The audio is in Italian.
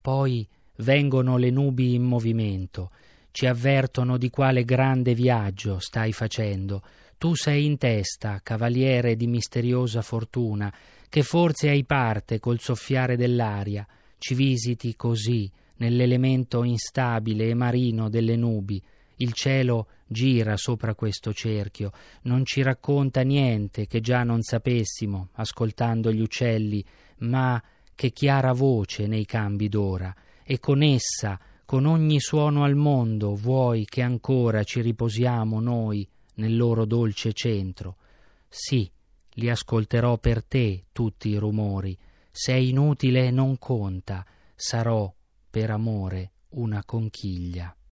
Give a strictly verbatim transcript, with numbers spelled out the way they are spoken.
Poi vengono le nubi in movimento, ci avvertono di quale grande viaggio stai facendo. Tu sei in testa, cavaliere di misteriosa fortuna, che forse hai parte col soffiare dell'aria. Ci visiti così, nell'elemento instabile e marino delle nubi. Il cielo gira sopra questo cerchio, non ci racconta niente che già non sapessimo, ascoltando gli uccelli, ma che chiara voce nei cambi d'ora, e con essa, con ogni suono al mondo, vuoi che ancora ci riposiamo noi nel loro dolce centro. Sì, li ascolterò per te tutti i rumori, se è inutile non conta, sarò per amore una conchiglia.